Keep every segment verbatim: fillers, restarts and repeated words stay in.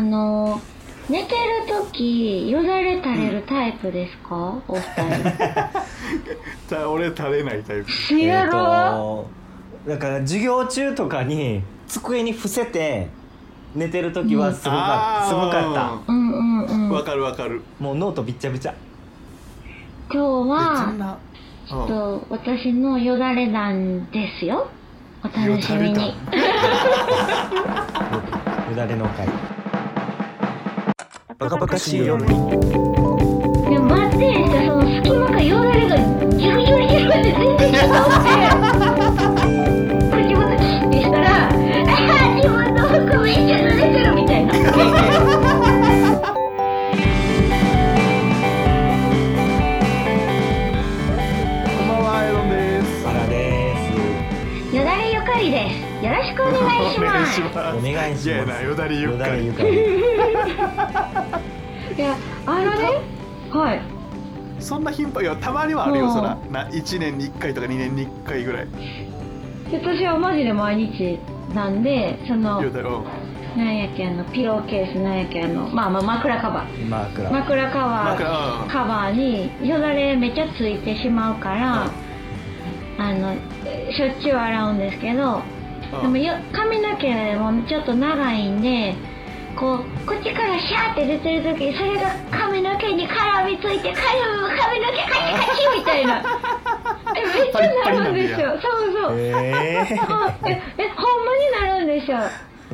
あの寝てるときよだれ垂れるタイプですか、うん、お二人俺垂れないタイプ。 せやろ、 えー、だから授業中とかに机に伏せて寝てるときはすごか、うん、すごかった。 うんうんうん。 わかるわかる。 もうノートびっちゃびちゃ。 今日はちょっと私のよだれ団ですよ。お楽しみに。よだれの会。バカバカしい夜に。 でも待って、その隙間からよだれがジュルジュルジュルって全然違うって口元ってしたら、ああ自分の服めっちゃ濡れてるみたいな。よろしくお願いします。 お願いします。 いやな、よだれゆかり。 よだれゆかり。 いや、あのね、はい。 そんな頻繁、いや、たまにはあるよ、そら。ないちねんにいっかいとかにねんにいっかいぐらい。 私はマジで毎日なんで、その、 よだれ、うん、 なんやっけ、あの、ピローケース、なんやっけ、あの、まあまあ、枕カバー。 枕。 枕カバー、カバーによだれめっちゃついてしまうから、うん、あの、しょっちゅう洗うんですけど、でもよ髪の毛もちょっと長いんで、こう口からシャーって出てる時にそれが髪の毛に絡みついて、髪の毛カチカチみたいなえめっちゃなるんですよ。そうそう、えー、ええほんまになるんですよ、うん、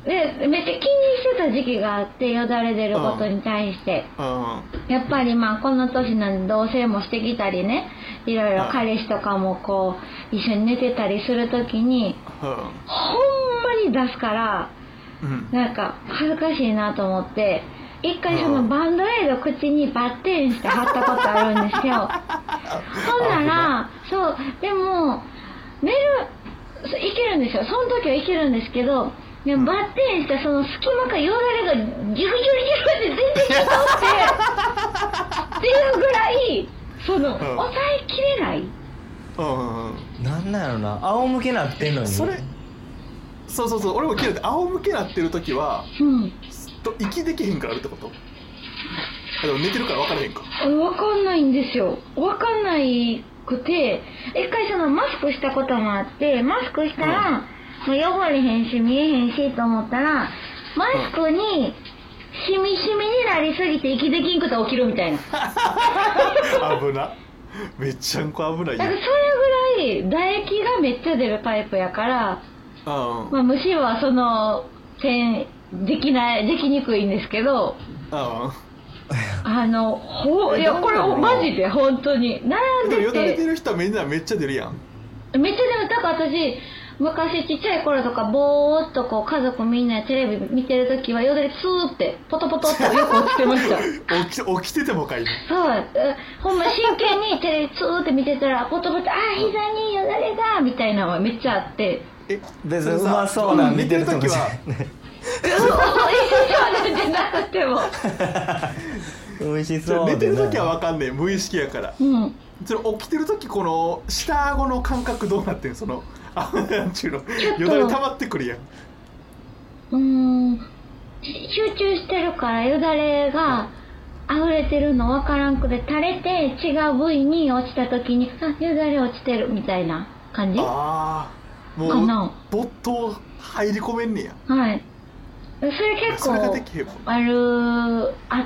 でめっちゃ気にしてた時期があって、よだれ出ることに対して、うん、やっぱりまあこの年なんで同棲もしてきたりね、いろいろ彼氏とかもこう一緒に寝てたりするときに、うん、ほんまに出すから、うん、なんか恥ずかしいなと思って一回そのバンドエイド口にバッテンして貼ったことあるんですよ。ほんならそうでも寝るいけるんですよ、その時はいけるんですけど、でもバッテンしたその隙間からよだれがジュルジュルジュルって全然違うってっていうぐらいその、うん、抑えきれない。 うんうんうん。 なんなんやろな、仰向けなってんのに。 それ、そうそうそう、俺も聞いて仰向けなってる時は、うん、と息できへんからあるってこと？でも寝てるから分からへんか。 分かんないんですよ。分かんないくて、一回そのマスクしたこともあって、マスクしたら、うん、もう汚れへんし見えへんしと思ったら、マスクに、しみしみになりすぎて息できんくて起きるみたいな。 危な。めっちゃんこ危ない。 だからそれぐらい唾液がめっちゃ出るタイプやから、うん、まあ、虫はその点できないできにくいんですけど、うん、あのほいやこれマジで本当に並んでて、 よだれてる人はみんなめっちゃ出るやん。 めっちゃ出る。だから私昔ちっちゃい頃とかぼーっとこう家族みんなテレビ見てるときはよだれツーってポトポトってよく落ちてました。 起き、起きててもかい。 そう、ほんま真剣にテレビツーって見てたらポトポト、あー膝によだれがみたいなのがめっちゃあって。 え、別にうまそうな見てるときは美味しそうなんじゃなくても美味しそう。 寝てるときはわかんねえ、無意識やから、うん、それ起きてるときこの下顎の感覚どうなってん、そのあなんちゅうのよだれ溜まってくるやん。 うーん、集中してるからよだれが溢れてるの分からんくて、垂れて違う部位に落ちたときにあよだれ落ちてるみたいな感じ。 ああもう没頭入り込めんねや。 はい、それ結構あるあって、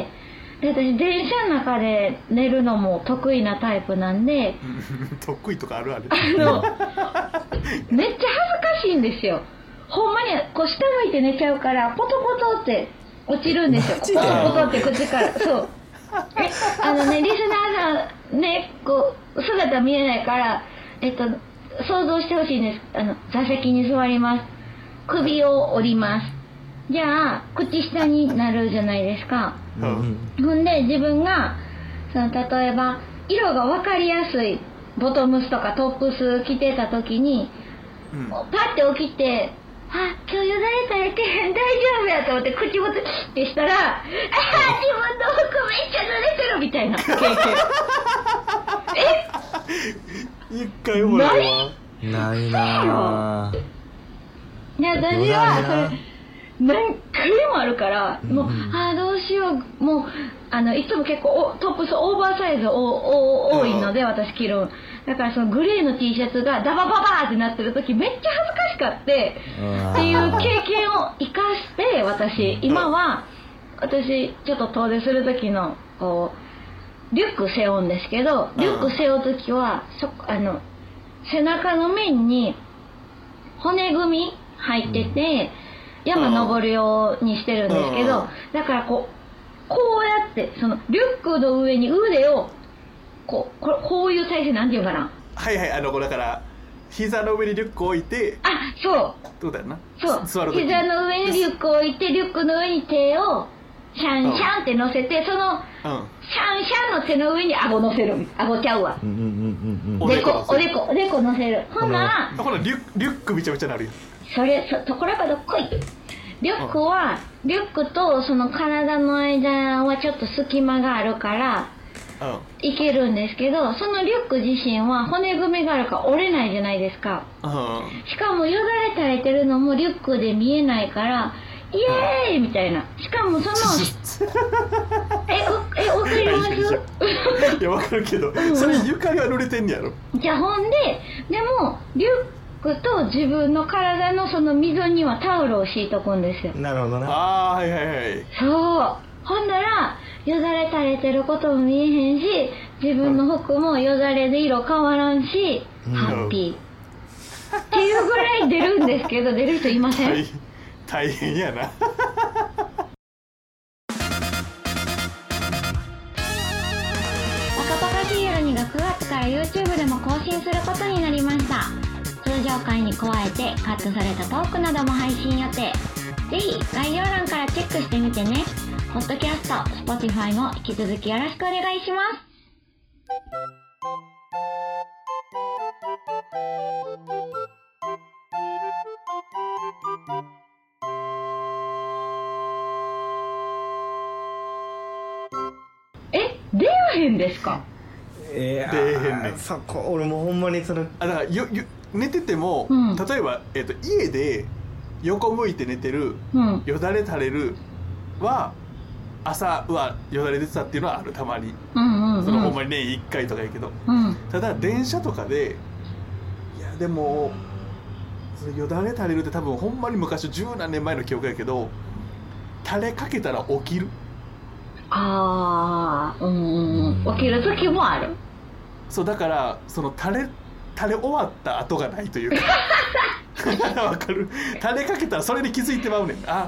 で私電車の中で寝るのも得意なタイプなんで得意とかあるあるあのめっちゃ恥ずかしいんですよ。ほんまにこう下向いて寝ちゃうからポトポトって落ちるんですよ。ポトポトって口から。そうえあのねリスナーさんねこう姿見えないからえっと想像してほしいんです。あの座席に座ります。首を折ります。じゃあ口下になるじゃないですか、うん、ほんで自分がその例えば色が分かりやすいボトムスとかトップス着てた時に、うん、パッて起きてあ今日よだれ垂れてへん大丈夫やと思って口元ってしたらあ自分の服めっちゃ濡れてるみたいな経験え一回もないわ。 ないなぁ。 いや私はそれ何回もあるから、うん、もうああどうしよう、もうあのいつも結構トップスオーバーサイズおお多いので、うん、私着る。だからそのグレーの T シャツがダバババーってなってる時めっちゃ恥ずかしかってっていう経験を生かして私今は私ちょっと遠出する時のこうリュック背負うんですけど、リュック背負う時はそあの背中の面に骨組み入ってて山登るようにしてるんですけど、だからこうこうやってそのリュックの上に腕をこう、こ, こういう体勢なんていうかな、 はいはい、あのだから膝の上にリュックを置いて、 あそうどうだよな、 そう座る時膝の上にリュックを置いてリュックの上に手をシャンシャンって乗せて、うん、その、うん、シャンシャンの手の上に顎乗せる、顎ちゃうわ、うんうんうんうん、おでこおでこおでこ乗せる。ほんならほらリュリュックびちゃびちゃなるよ。 それそところがどっこい。リュックは、うん、リュックとその体の間はちょっと隙間があるからいけるんですけど、そのリュック自身は骨組みがあるから折れないじゃないですか、うん、しかもよだれ垂れてるのもリュックで見えないからイエーイみたいな。しかもそのええわかります？ いやわかるけど、それ床には濡れてんねやろ。 じゃあほんででもリュックと自分の体のその溝にはタオルを敷いとくんですよ。 なるほどな。 ああはいはいはい。 そうほんだらよだれ垂れてることも見えへんし、自分の服もよだれで色変わらんし、うん、ハッピーっていうぐらい出るんですけど出る人いません？ 大, 大変やな。 赤パカヒーロにがくがつから YouTube でも更新することになりました。通常回に加えてカットされたトークなども配信予定。ぜひ概要欄からチェックしてみてね。ポッドキャスト、Spotify も引き続きよろしくお願いします。え、出えへんですか？ えー、出えへんねん。そこ俺もほんまにそのあだからよよ寝てても、うん、例えば、えーと、家で横向いて寝てる、うん、よだれ垂れるは朝はよだれ出てたっていうのはある、たまに、うんうんうん、そのほんまに年いっかいとかやけど、うん、ただ電車とかでいやでもそのよだれ垂れるって多分ほんまに昔十何年前の記憶やけど垂れかけたら起きる。 ああ、うん起きる時もある。 そうだからその垂れ垂れ終わった後がないというかわかる。垂れかけたらそれに気づいてまうねん。あ、うん、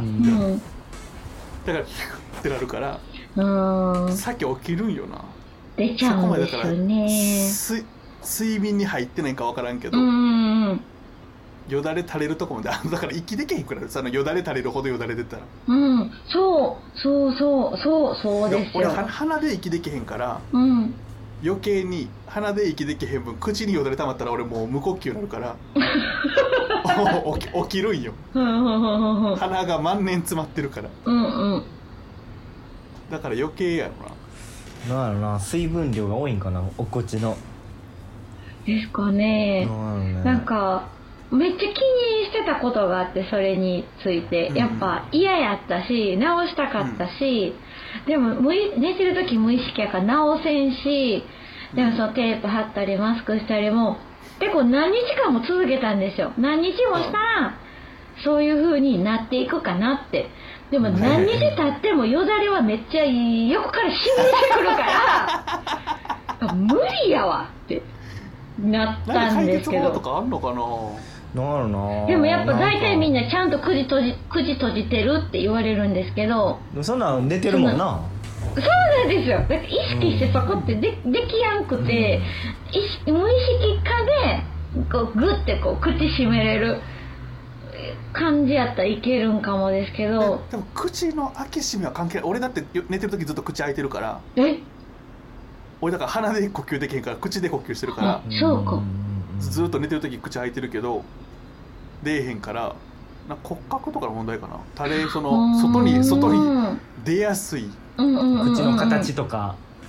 だからヒュッってなるからうんさっき起きるんよな。 出ちゃうんですよね。 そこまでだから睡眠に入ってないか分からんけど、うんよだれ垂れるとこまでだから息できへんくなる。そのよだれ垂れるほどよだれ出たらうんそうそうそうそうそうですよ。 俺鼻で息できへんから、うん、余計に鼻で息できへん分口によだれ溜まったら俺もう無呼吸になるから起, 起きるんよ鼻が万年詰まってるから、うんうん、だから余計やろな。なんやろな、水分量が多いんかな、おこちのですかね。なんね、なんかめっちゃ気にしてたことがあって、それについてやっぱ嫌やったし直したかったし、うん、でも寝てる時無意識やから直せんし、でもそのテープ貼ったりマスクしたりも結構何日間も続けたんですよ。何日もしたらそういう風になっていくかなって。でも何日経ってもよだれはめっちゃ横から染みてくるから無理やわってなったんですけど。 なんか解決法とかあんのかな。 なるな。 でもやっぱ大体みんなちゃんと口閉じ口閉じてるって言われるんですけど、 そんなん寝てるもんな。 そうなんですよ。だから意識してそこってで、うん、できやんくて、うん、無意識化でこうグッてこう口閉めれる感じやったらいけるんかもですけど。 でも口の開け閉めは関係ない。俺だって寝てる時ずっと口開いてるから。え俺だから鼻で呼吸できへんから口で呼吸してるから。 そうか。 ずっと寝てる時口開いてるけど出えへんから、な骨格とかの問題かな。垂れその外に外に出やすい、 うんうんうんうん、口の形とか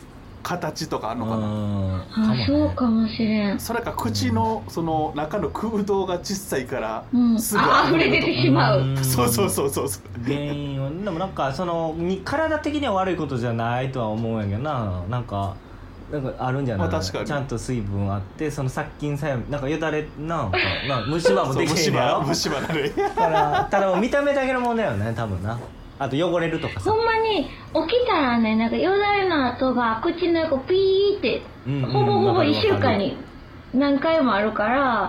形とかあるのかな。 あ、ね、そうかもしれん。 それか口のその中の空洞が小さいから、 うん、すぐ溢れ出てしまう。 うそうそうそうそうそう。 原因はでもなんかその体的には悪いことじゃないとは思うんやけどな、なんか。なんかあるんじゃない、まあ、確かにちゃんと水分あってその殺菌作用なんかよだれなんかな虫歯もできるんやろ虫歯なるだからただ見た目だけの問題よね多分な。あと汚れるとかさ、 ほんまに起きたらねなんかよだれの跡が口の横ピーって、うんうん、ほぼほぼいっしゅうかんに何回もあるから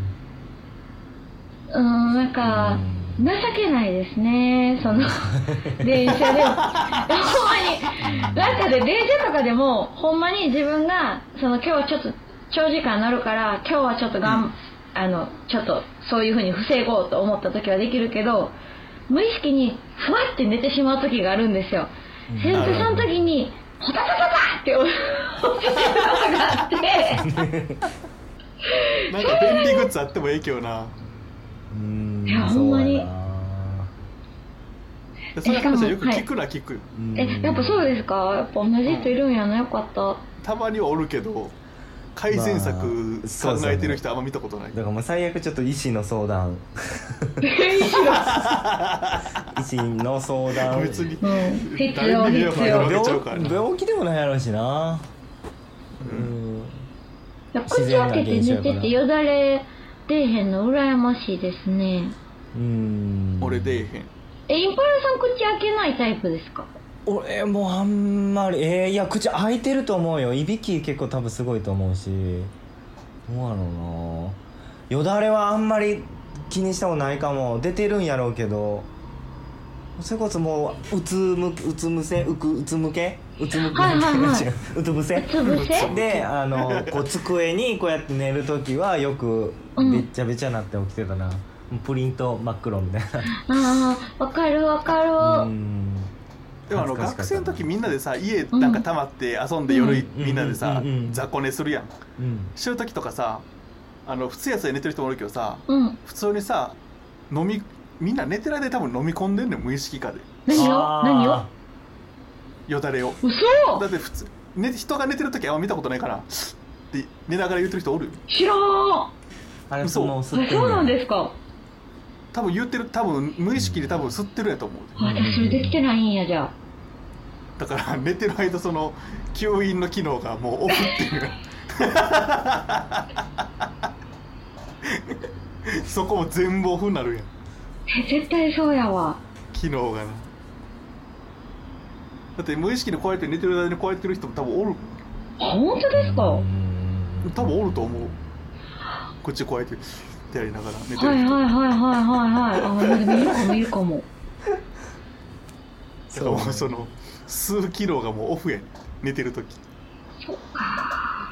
うん、うん、なんか、うん情けないですねその電車でほんまになんかで電車とかでもほんまに自分がその今日はちょっと長時間乗るから今日はちょっとがん、うん、あのちょっとそういう風に防ごうと思った時はできるけど無意識にふわって寝てしまう時があるんですよ。それとその時にホタタタタって落ちてるのがあってなんか便利グッズあっても影響な。 うーんいやほんまにそれ話はよく聞くな聞く、はい、 えやっぱそうですか。やっぱ同じ人いるんやな、よかった。 たまにはおるけど改善策考えてる人あんま見たことない、まあ、 だからもう最悪ちょっと医師の相談医師の相談別に、 うん、誰に迷惑かけるわけちゃうからな。 病気でもないやろうしな、 うんうん、口開けて寝ててよだれ出えへんの羨ましいですね。 うーん俺出えへん。 えインパラさん口開けないタイプですか。 俺もうあんまりえー、いや口開いてると思うよ。いびき結構多分すごいと思うしどうやろうな。よだれはあんまり気にしたことないかも。出てるんやろうけどそれこそもううつむうつむせうくうつむけうつむけ、はいはいはい、うつぶせであのこう机にこうやって寝るときはよくべっちゃべちゃなって起きてたな、うん、プリント真っ黒みたいな。ああわかるわかる。 うんでもあの学生の時みんなでさ家なんか溜まって遊んで夜、うん、みんなでさ、うん、雑魚寝するやん、うん、してる時とかさあの普通やつで寝てる人もいるけどさ、うん、普通にさ飲みみんな寝てる間で多分飲み込んでんのよ無意識化で。 何を何をよだれを。 嘘だって普通、ね、人が寝てる時あんま見たことないからって寝ながら言ってる人おるよ。 知らん。 あれそうもう吸ってんの。そうなんですか。 多分言ってる多分無意識で多分吸ってるやと思う。 あ私それできてないんやじゃあ。 だから寝てる間その吸引の機能がもうオフっていうそこも全部オフになるやん。 絶対そうやわ機能がな。だって無意識でこうやって寝てる間にこうやってる人も多分おる。 本当ですか。 多分おると思う。こっちこうやってやりながら寝てる人。 はいはいはいはいはいはいあでもいるかもいるかも。 だからもうその吸う機能がもうオフやん寝てる時。 そっか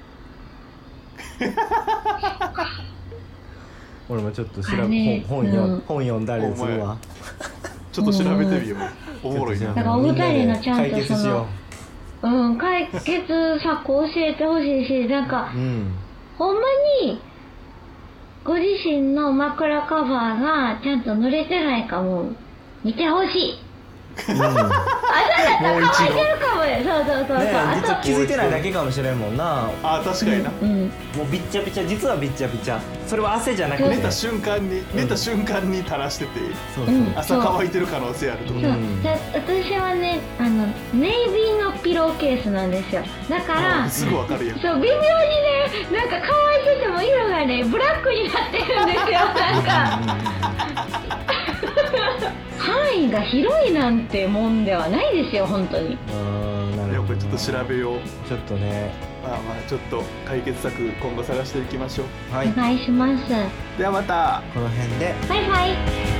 俺もちょっと調べ、ね、本, 本, うん、本読んだりするわ。 ちょっと調べてみよう。おもろいな。 だからお二人のちゃんとそのうん解決策教えてほしいしなんか、うん、ほんまにご自身の枕カバーがちゃんと濡れてないかも見てほしい。うん、あだから乾いてるかもね。そうそうそうそう、ね、 実は気づいてないだけかもしれんもんな。 あ確かにな、うん、 もうびっちゃびちゃ実はびっちゃびちゃそれは汗じゃなくて寝た瞬間に、うん、寝た瞬間に垂らしてて、そうそう朝乾いてる可能性あると思う。そう私はねあのネイビーのピローケースなんですよ。だからすぐわかるやん。 そう微妙にねなんか乾いてても色がねブラックになってるんですよ。なんか範囲が広いなんてもんではないですよ本当に。 うんなるほど。 やっぱりちょっと調べよう。 ちょっとねまあまあちょっと解決策今後探していきましょう。 はい、お願いします。 ではまたこの辺でバイバイ。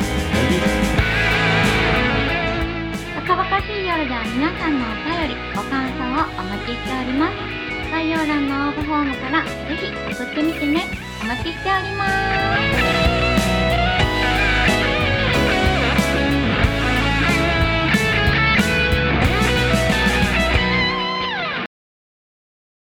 バカバカしい夜では皆さんのお便りご感想をお待ちしております。概要欄の応募フォームからぜひ送ってみてね。お待ちしております。